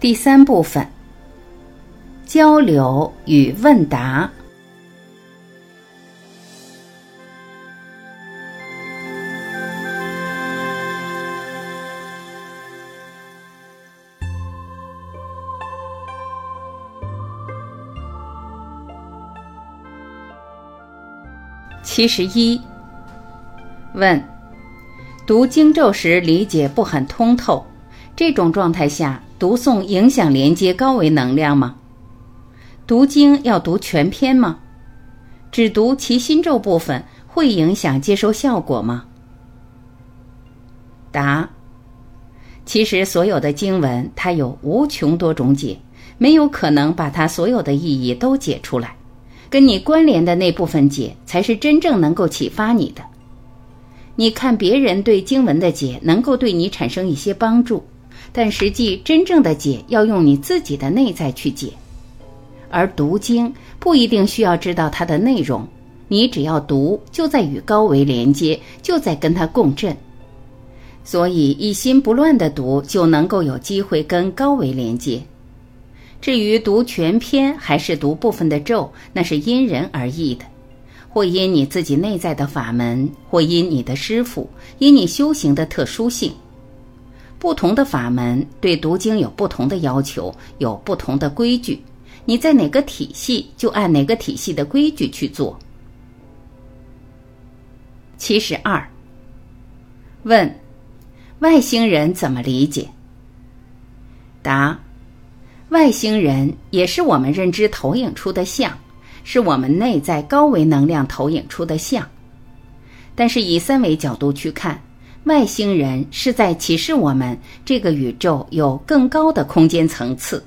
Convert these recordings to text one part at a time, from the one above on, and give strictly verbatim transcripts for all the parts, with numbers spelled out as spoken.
第三部分，交流与问答。七十一，问：读经咒时理解不很通透，这种状态下读诵影响连接高维能量吗？读经要读全篇吗？只读其心咒部分会影响接收效果吗？答：其实所有的经文它有无穷多种解，没有可能把它所有的意义都解出来，跟你关联的那部分解才是真正能够启发你的。你看别人对经文的解能够对你产生一些帮助，但实际真正的解要用你自己的内在去解。而读经不一定需要知道它的内容，你只要读就在与高维连接，就在跟它共振。所以一心不乱地读就能够有机会跟高维连接。至于读全篇还是读部分的咒，那是因人而异的，或因你自己内在的法门，或因你的师父，因你修行的特殊性。不同的法门对读经有不同的要求，有不同的规矩，你在哪个体系就按哪个体系的规矩去做。七十二，问：外星人怎么理解？答：外星人也是我们认知投影出的像，是我们内在高维能量投影出的像。但是以三维角度去看，外星人是在启示我们这个宇宙有更高的空间层次。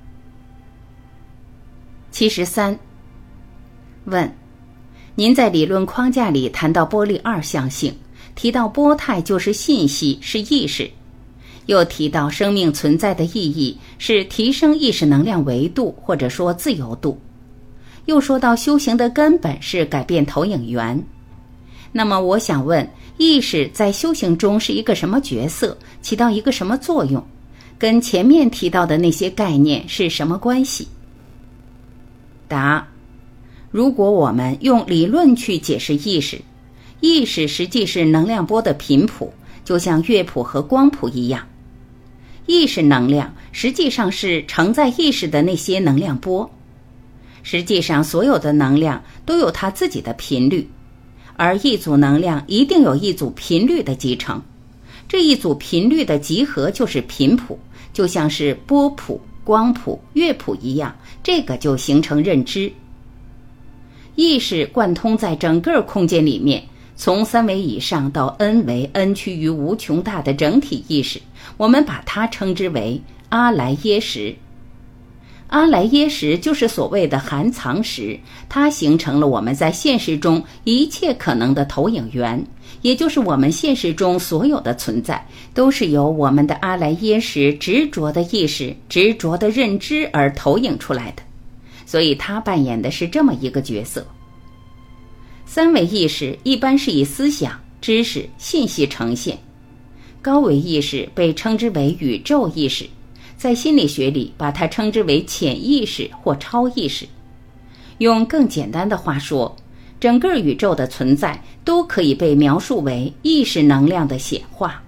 七十三，问：您在理论框架里谈到波粒二象性，提到波态就是信息，是意识，又提到生命存在的意义是提升意识能量维度，或者说自由度，又说到修行的根本是改变投影源。那么我想问，意识在修行中是一个什么角色，起到一个什么作用，跟前面提到的那些概念是什么关系？答：如果我们用理论去解释意识，意识实际是能量波的频谱，就像乐谱和光谱一样。意识能量实际上是承载意识的那些能量波。实际上所有的能量都有它自己的频率，而一组能量一定有一组频率的集成，这一组频率的集合就是频谱，就像是波谱、光谱、乐谱一样，这个就形成认知。意识贯通在整个空间里面，从三维以上到 n 维 n 趋于无穷大的整体意识，我们把它称之为阿莱耶识。阿莱耶识就是所谓的含藏识，它形成了我们在现实中一切可能的投影源，也就是我们现实中所有的存在都是由我们的阿莱耶识执着的意识、执着的认知而投影出来的，所以它扮演的是这么一个角色。三维意识一般是以思想、知识、信息呈现，高维意识被称之为宇宙意识，在心理学里把它称之为潜意识或超意识。用更简单的话说，整个宇宙的存在都可以被描述为意识能量的显化。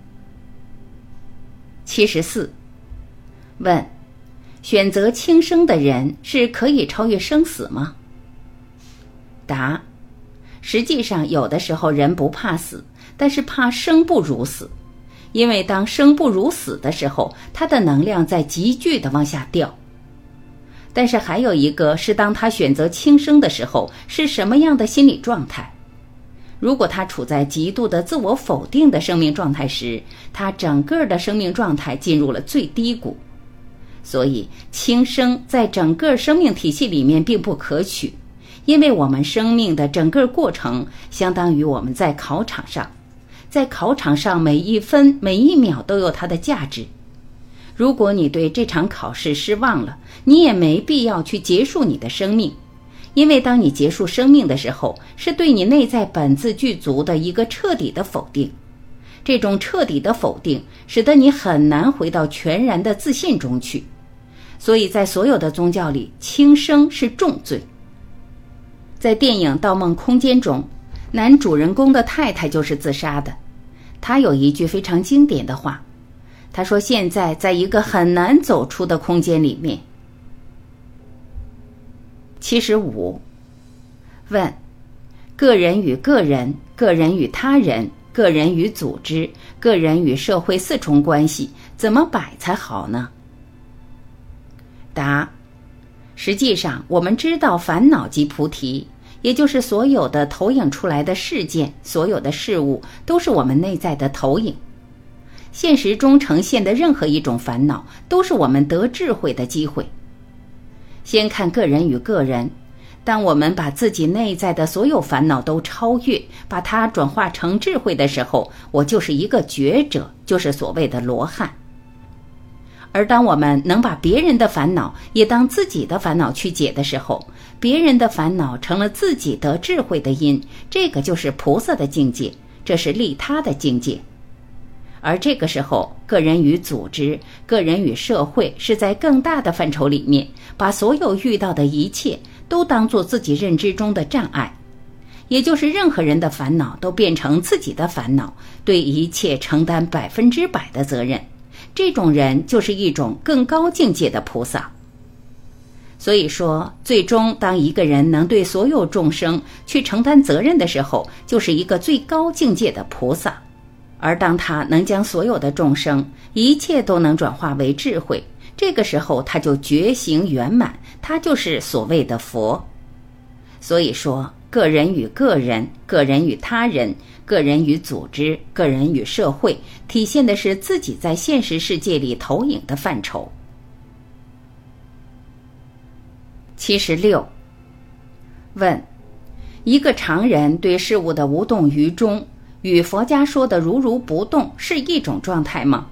七十四，问：选择轻生的人是可以超越生死吗？答：实际上有的时候人不怕死，但是怕生不如死。因为当生不如死的时候，他的能量在急剧的往下掉。但是还有一个是当他选择轻生的时候，是什么样的心理状态？如果他处在极度的自我否定的生命状态时，他整个的生命状态进入了最低谷。所以轻生在整个生命体系里面并不可取，因为我们生命的整个过程相当于我们在考场上，在考场上每一分每一秒都有它的价值。如果你对这场考试失望了，你也没必要去结束你的生命，因为当你结束生命的时候，是对你内在本自具足的一个彻底的否定。 这种彻底的否定使得你很难回到全然的自信中去。所以在所有的宗教里，轻生是重罪。在电影《盗梦空间》中，男主人公的太太就是自杀的。他有一句非常经典的话，他说现在在一个很难走出的空间里面。七十五，问：个人与个人、个人与他人、个人与组织、个人与社会四重关系怎么摆才好呢？答：实际上我们知道烦恼即菩提，也就是所有的投影出来的事件，所有的事物都是我们内在的投影。现实中呈现的任何一种烦恼都是我们得智慧的机会。先看个人与个人，当我们把自己内在的所有烦恼都超越，把它转化成智慧的时候，我就是一个觉者，就是所谓的罗汉。而当我们能把别人的烦恼也当自己的烦恼去解的时候，别人的烦恼成了自己得智慧的因，这个就是菩萨的境界，这是利他的境界。而这个时候，个人与组织、个人与社会是在更大的范畴里面，把所有遇到的一切都当作自己认知中的障碍，也就是任何人的烦恼都变成自己的烦恼，对一切承担百分之百的责任。这种人就是一种更高境界的菩萨。所以说，最终当一个人能对所有众生去承担责任的时候，就是一个最高境界的菩萨。而当他能将所有的众生一切都能转化为智慧，这个时候他就觉醒圆满，他就是所谓的佛。所以说，个人与个人、个人与他人、个人与组织、个人与社会，体现的是自己在现实世界里投影的范畴。七十六，问：一个常人对事物的无动于衷，与佛家说的如如不动是一种状态吗？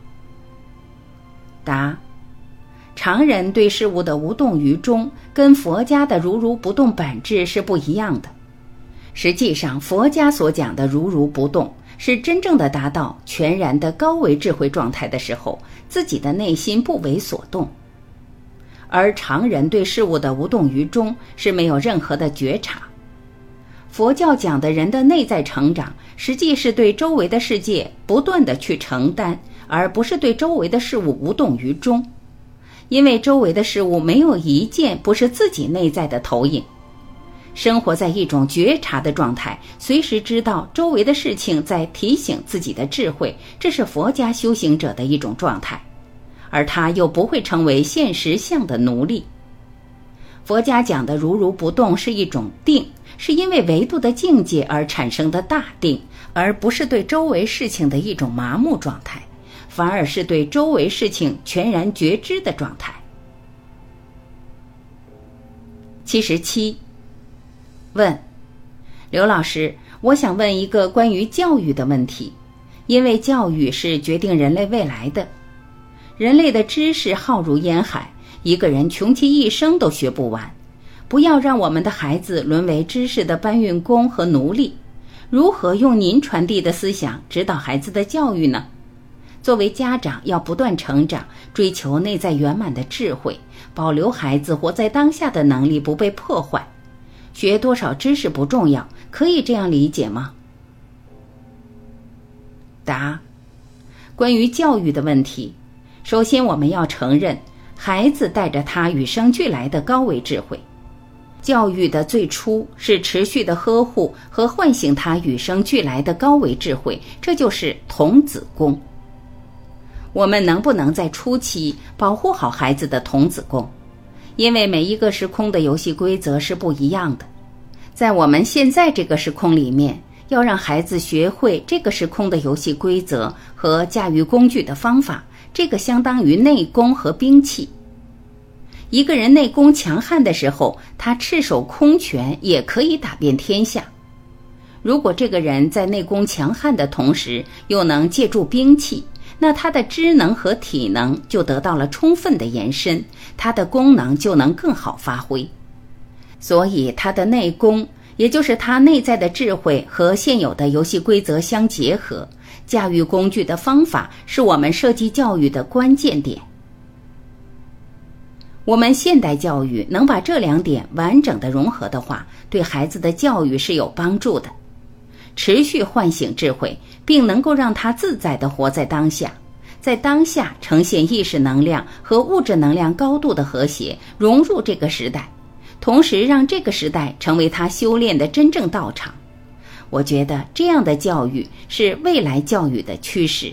答：常人对事物的无动于衷跟佛家的如如不动本质是不一样的。实际上，佛家所讲的如如不动是真正的达到全然的高维智慧状态的时候，自己的内心不为所动。而常人对事物的无动于衷是没有任何的觉察。佛教讲的人的内在成长，实际是对周围的世界不断的去承担，而不是对周围的事物无动于衷。因为周围的事物没有一件不是自己内在的投影。生活在一种觉察的状态，随时知道周围的事情在提醒自己的智慧，这是佛家修行者的一种状态。而他又不会成为现实相的奴隶。佛家讲的如如不动是一种定，是因为维度的境界而产生的大定，而不是对周围事情的一种麻木状态，反而是对周围事情全然觉知的状态。七十七，问：刘老师，我想问一个关于教育的问题，因为教育是决定人类未来的。人类的知识浩如烟海，一个人穷其一生都学不完。不要让我们的孩子沦为知识的搬运工和奴隶。如何用您传递的思想指导孩子的教育呢？作为家长，要不断成长，追求内在圆满的智慧，保留孩子活在当下的能力不被破坏。学多少知识不重要，可以这样理解吗？答：关于教育的问题，首先我们要承认，孩子带着他与生俱来的高维智慧。教育的最初是持续的呵护和唤醒他与生俱来的高维智慧，这就是童子功。我们能不能在初期保护好孩子的童子功？因为每一个时空的游戏规则是不一样的。在我们现在这个时空里面，要让孩子学会这个时空的游戏规则和驾驭工具的方法，这个相当于内功和兵器。一个人内功强悍的时候，他赤手空拳也可以打遍天下。如果这个人在内功强悍的同时又能借助兵器，那他的知能和体能就得到了充分的延伸，他的功能就能更好发挥。所以他的内功，也就是他内在的智慧和现有的游戏规则相结合， 驾驭工具的方法是我们设计教育的关键点。我们现代教育能把这两点完整的融合的话，对孩子的教育是有帮助的。持续唤醒智慧，并能够让他自在地活在当下，在当下呈现意识能量和物质能量高度的和谐，融入这个时代，同时让这个时代成为他修炼的真正道场。我觉得这样的教育是未来教育的趋势。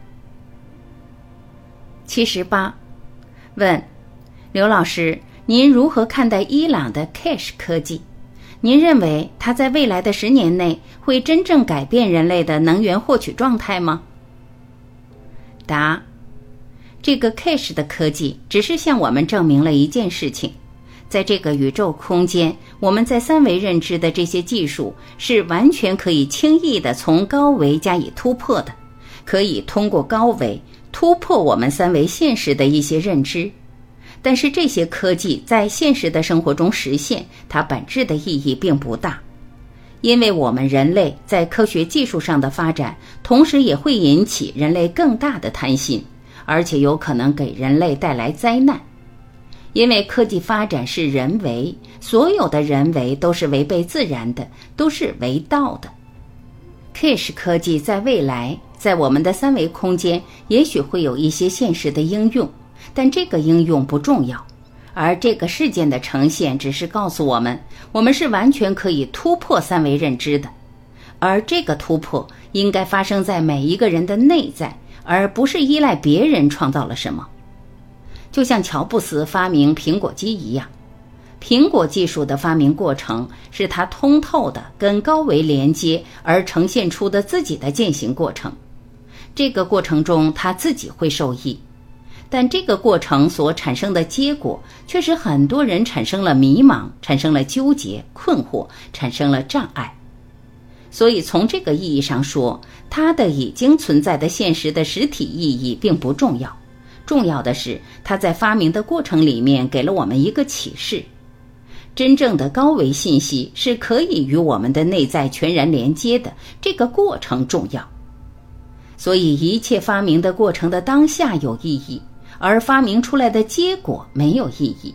七十八，问刘老师，您如何看待伊朗的 Cache 科技？您认为它在未来的十年内会真正改变人类的能源获取状态吗？答：这个 Cache 的科技只是向我们证明了一件事情，在这个宇宙空间，我们在三维认知的这些技术是完全可以轻易地从高维加以突破的，可以通过高维突破我们三维现实的一些认知。但是这些科技在现实的生活中实现，它本质的意义并不大，因为我们人类在科学技术上的发展，同时也会引起人类更大的贪心，而且有可能给人类带来灾难。因为科技发展是人为，所有的人为都是违背自然的，都是违道的。Cache 科技在未来，在我们的三维空间，也许会有一些现实的应用，但这个应用不重要，而这个事件的呈现只是告诉我们，我们是完全可以突破三维认知的，而这个突破应该发生在每一个人的内在，而不是依赖别人创造了什么。就像乔布斯发明苹果机一样，苹果技术的发明过程是他通透的跟高维连接而呈现出的自己的践行过程，这个过程中他自己会受益，但这个过程所产生的结果却使很多人产生了迷茫，产生了纠结、困惑，产生了障碍。所以从这个意义上说，它的已经存在的现实的实体意义并不重要，重要的是它在发明的过程里面给了我们一个启示，真正的高维信息是可以与我们的内在全然连接的，这个过程重要。所以一切发明的过程的当下有意义，而发明出来的结果没有意义。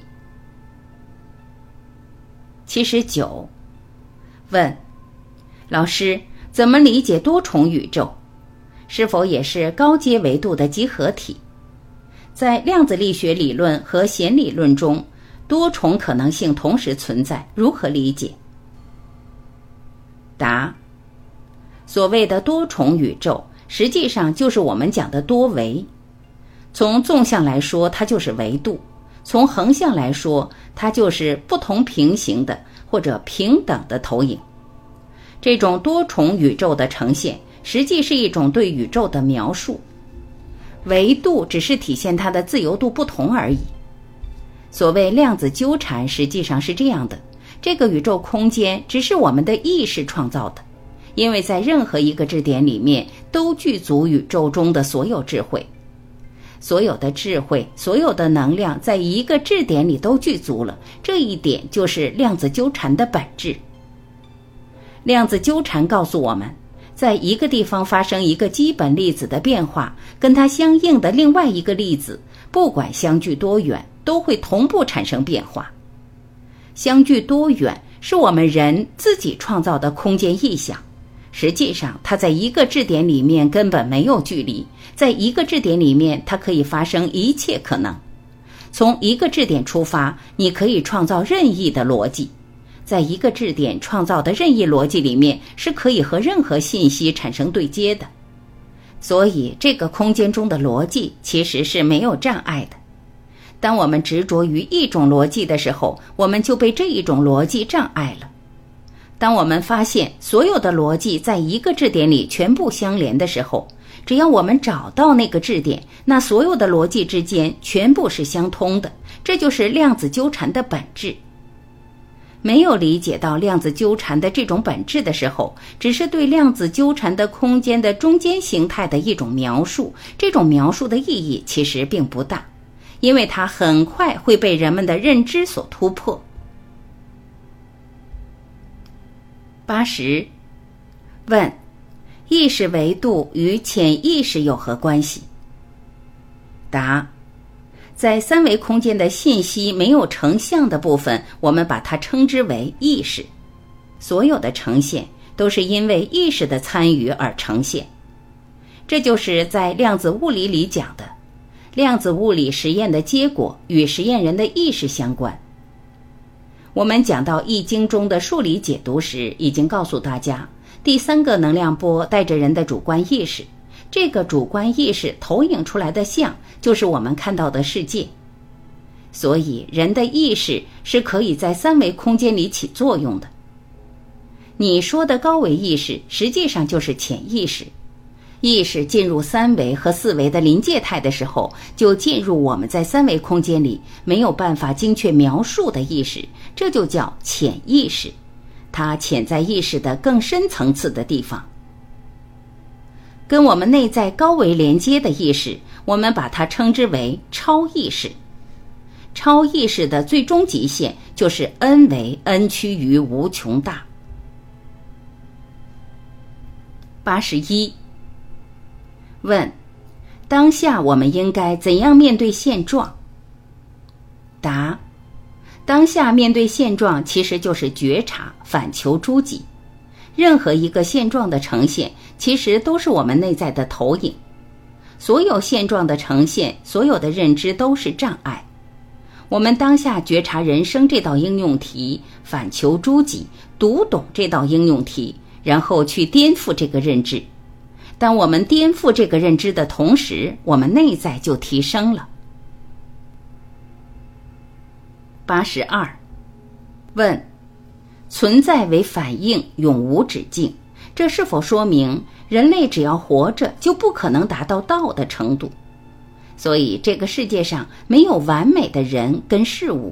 七十九，问老师，怎么理解多重宇宙？是否也是高阶维度的集合体？在量子力学理论和弦理论中，多重可能性同时存在，如何理解？答：所谓的多重宇宙，实际上就是我们讲的多维。从纵向来说，它就是维度；从横向来说，它就是不同平行的或者平等的投影。这种多重宇宙的呈现，实际是一种对宇宙的描述。维度只是体现它的自由度不同而已。所谓量子纠缠，实际上是这样的：这个宇宙空间只是我们的意识创造的，因为在任何一个质点里面都具足宇宙中的所有智慧。所有的智慧，所有的能量在一个质点里都具足了，这一点就是量子纠缠的本质。量子纠缠告诉我们，在一个地方发生一个基本粒子的变化，跟它相应的另外一个粒子，不管相距多远，都会同步产生变化。相距多远是我们人自己创造的空间意象，实际上它在一个质点里面根本没有距离，在一个质点里面它可以发生一切可能。从一个质点出发，你可以创造任意的逻辑，在一个质点创造的任意逻辑里面是可以和任何信息产生对接的，所以这个空间中的逻辑其实是没有障碍的。当我们执着于一种逻辑的时候，我们就被这一种逻辑障碍了。当我们发现所有的逻辑在一个质点里全部相连的时候，只要我们找到那个质点，那所有的逻辑之间全部是相通的，这就是量子纠缠的本质。没有理解到量子纠缠的这种本质的时候，只是对量子纠缠的空间的中间形态的一种描述，这种描述的意义其实并不大，因为它很快会被人们的认知所突破。八十，问意识维度与潜意识有何关系？答：在三维空间的信息没有成像的部分，我们把它称之为意识。所有的呈现都是因为意识的参与而呈现。这就是在量子物理里讲的，量子物理实验的结果与实验人的意识相关。我们讲到易经中的数理解读时，已经告诉大家，第三个能量波带着人的主观意识，这个主观意识投影出来的像就是我们看到的世界。所以人的意识是可以在三维空间里起作用的。你说的高维意识实际上就是潜意识。意识进入三维和四维的临界态的时候，就进入我们在三维空间里没有办法精确描述的意识，这就叫潜意识。它潜在意识的更深层次的地方。跟我们内在高维连接的意识，我们把它称之为超意识。超意识的最终极限就是 n 维 n 趋于无穷大。八十一。问：当下我们应该怎样面对现状？答：当下面对现状其实就是觉察，反求诸己。任何一个现状的呈现，其实都是我们内在的投影。所有现状的呈现，所有的认知都是障碍。我们当下觉察人生这道应用题，反求诸己，读懂这道应用题，然后去颠覆这个认知。当我们颠覆这个认知的同时，我们内在就提升了。八十二。问：存在为反应，永无止境，这是否说明人类只要活着就不可能达到道的程度？所以这个世界上没有完美的人跟事物。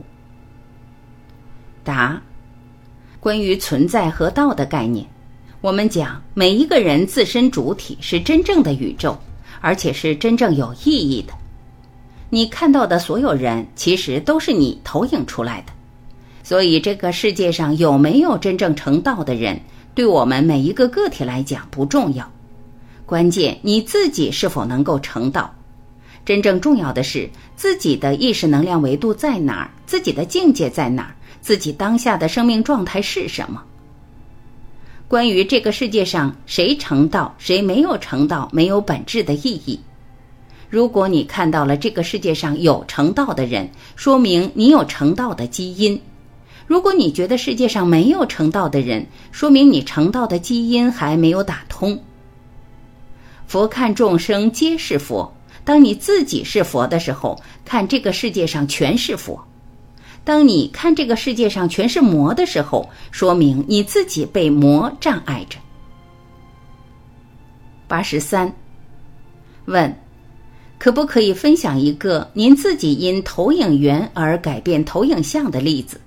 答：关于存在和道的概念，我们讲每一个人自身主体是真正的宇宙，而且是真正有意义的。你看到的所有人其实都是你投影出来的。所以这个世界上有没有真正成道的人，对我们每一个个体来讲不重要，关键你自己是否能够成道。真正重要的是自己的意识能量维度在哪儿，自己的境界在哪儿，自己当下的生命状态是什么。关于这个世界上谁成道谁没有成道没有本质的意义。如果你看到了这个世界上有成道的人，说明你有成道的基因。如果你觉得世界上没有成道的人，说明你成道的基因还没有打通。佛看众生皆是佛，当你自己是佛的时候，看这个世界上全是佛。当你看这个世界上全是魔的时候，说明你自己被魔障碍着。八十三。问：可不可以分享一个您自己因投影源而改变投影像的例子？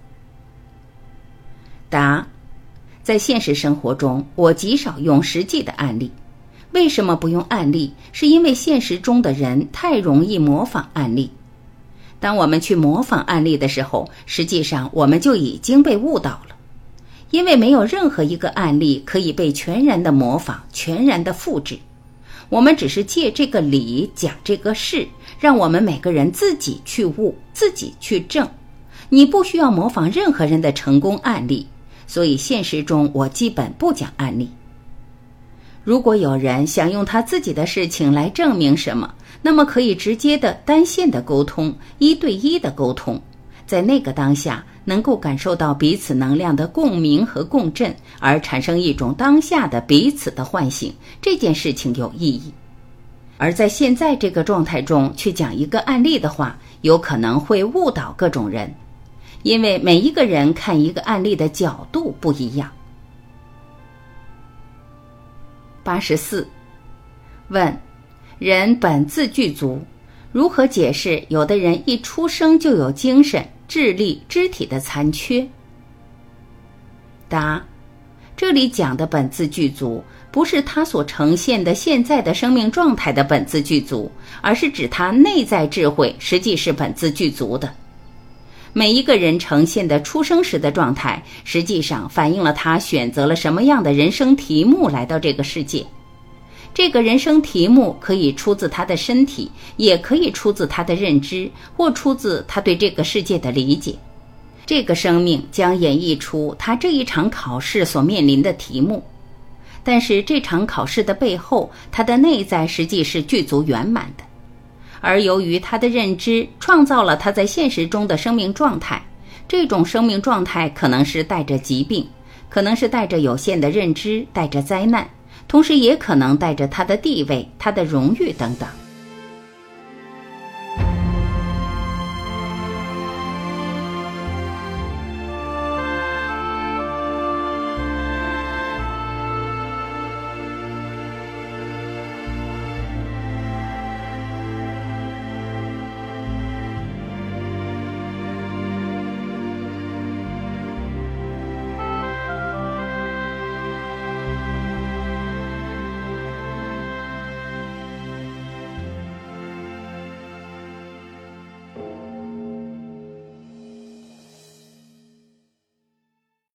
答：在现实生活中，我极少用实际的案例。为什么不用案例？是因为现实中的人太容易模仿案例。当我们去模仿案例的时候，实际上我们就已经被误导了。因为没有任何一个案例可以被全然的模仿，全然的复制。我们只是借这个理讲这个事，让我们每个人自己去悟，自己去证。你不需要模仿任何人的成功案例，所以现实中我基本不讲案例。如果有人想用他自己的事情来证明什么，那么可以直接的单线的沟通，一对一的沟通，在那个当下能够感受到彼此能量的共鸣和共振，而产生一种当下的彼此的唤醒，这件事情有意义。而在现在这个状态中去讲一个案例的话，有可能会误导各种人，因为每一个人看一个案例的角度不一样。八十四。问：人本自具足，如何解释有的人一出生就有精神、智力、肢体的残缺？答：这里讲的本自具足，不是他所呈现的现在的生命状态的本自具足，而是指他内在智慧实际是本自具足的。每一个人呈现的出生时的状态，实际上反映了他选择了什么样的人生题目来到这个世界。 这个人生题目可以出自他的身体，也可以出自他的认知，或出自他对这个世界的理解。这个生命将演绎出他这一场考试所面临的题目。但是这场考试的背后，他的内在实际是具足圆满的。而由于他的认知创造了他在现实中的生命状态，这种生命状态可能是带着疾病，可能是带着有限的认知，带着灾难，同时也可能带着他的地位、他的荣誉等等。